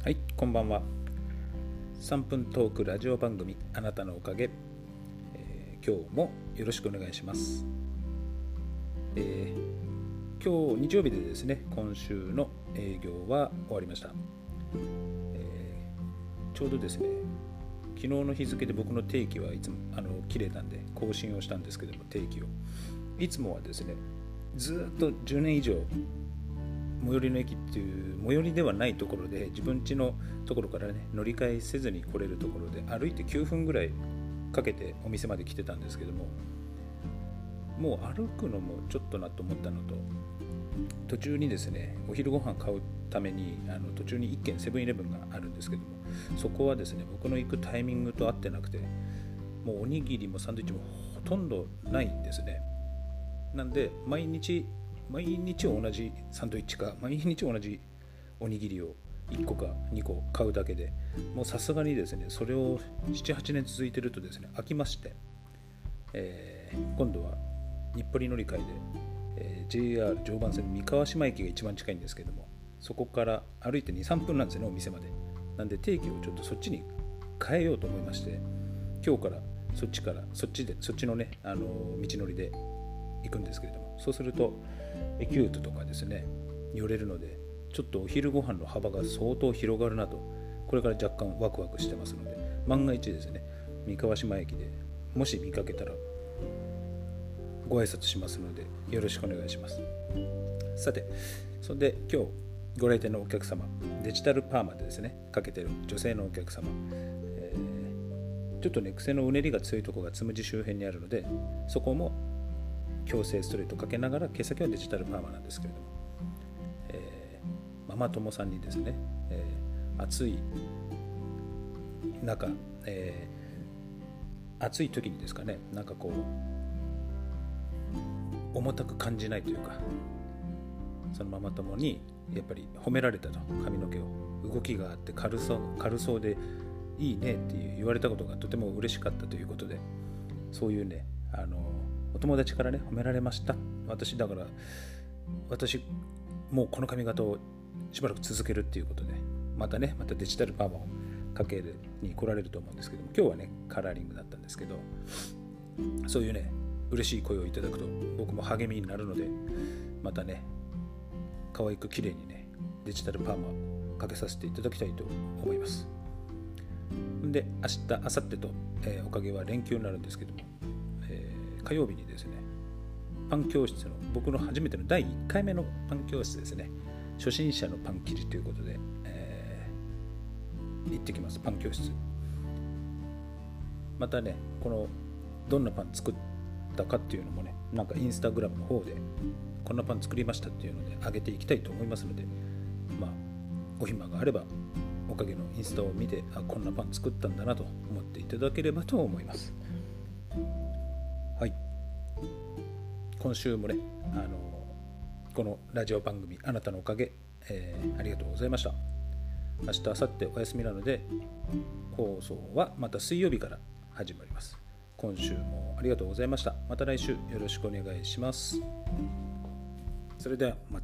はい、こんばんは。3分トークラジオ番組あなたのおかげ、今日もよろしくお願いします。今日日曜日でですね、今週の営業は終わりました。ちょうどですね、昨日の日付で僕の定期はいつも切れたんで更新をしたんですけども、定期をいつもはですね、ずっと10年以上最寄りの駅っていう最寄りではないところで自分家のところからね乗り換えせずに来れるところで歩いて9分ぐらいかけてお店まで来てたんですけども、もう歩くのもちょっとなと思ったのと、途中にですねお昼ご飯買うために途中に1軒セブンイレブンがあるんですけども、そこはですね僕の行くタイミングと合ってなくて、もうおにぎりもサンドイッチもほとんどないんですね。なんで毎日同じサンドイッチか毎日同じおにぎりを1個か2個買うだけで、もうさすがにですねそれを 7,8 年続いてるとですね飽きまして、今度は日暮里乗り換えで、JR 常磐線三河島駅が一番近いんですけども、そこから歩いて 2,3 分なんですね、お店まで。なんで定期をちょっとそっちに変えようと思いまして、今日からそっちのね道のりで行くんですけれども、そうするとエキュートとかですね寄れるので、ちょっとお昼ご飯の幅が相当広がるなと、これから若干ワクワクしてますので、万が一ですね三河島駅でもし見かけたらご挨拶しますのでよろしくお願いします。さて、それで今日ご来店のお客様、デジタルパーマでですねかけてる女性のお客様、ちょっとね癖のうねりが強いところがつむじ周辺にあるので、そこも矯正ストレートかけながら毛先はデジタルパーマなんですけれども、ママ友さんにですね、暑い中、暑い時にですかね、なんかこう重たく感じないというか、そのママ友にやっぱり褒められたと、髪の毛を動きがあって軽そうでいいねって言われたことがとても嬉しかったということで、そういうねお友達からね褒められました。私もうこの髪型をしばらく続けるっていうことで、またデジタルパーマをかけるに来られると思うんですけども、今日はねカラーリングだったんですけど、そういうね嬉しい声をいただくと僕も励みになるので、またね可愛く綺麗にねデジタルパーマをかけさせていただきたいと思います。で明日明後日と、おかげは連休になるんですけども、火曜日にですねパン教室の僕の初めての第1回目のパン教室ですね、初心者のパン生地ということで、行ってきます。パン教室またねこのどんなパン作ったかっていうのもね、なんかインスタグラムの方でこんなパン作りましたっていうので上げていきたいと思いますので、お暇があればおかげのインスタを見て、こんなパン作ったんだなと思っていただければと思います。はい、今週もねこのラジオ番組あなたのおかげ、ありがとうございました。明日明後日お休みなので放送はまた水曜日から始まります。今週もありがとうございました。また来週よろしくお願いします。それではまた。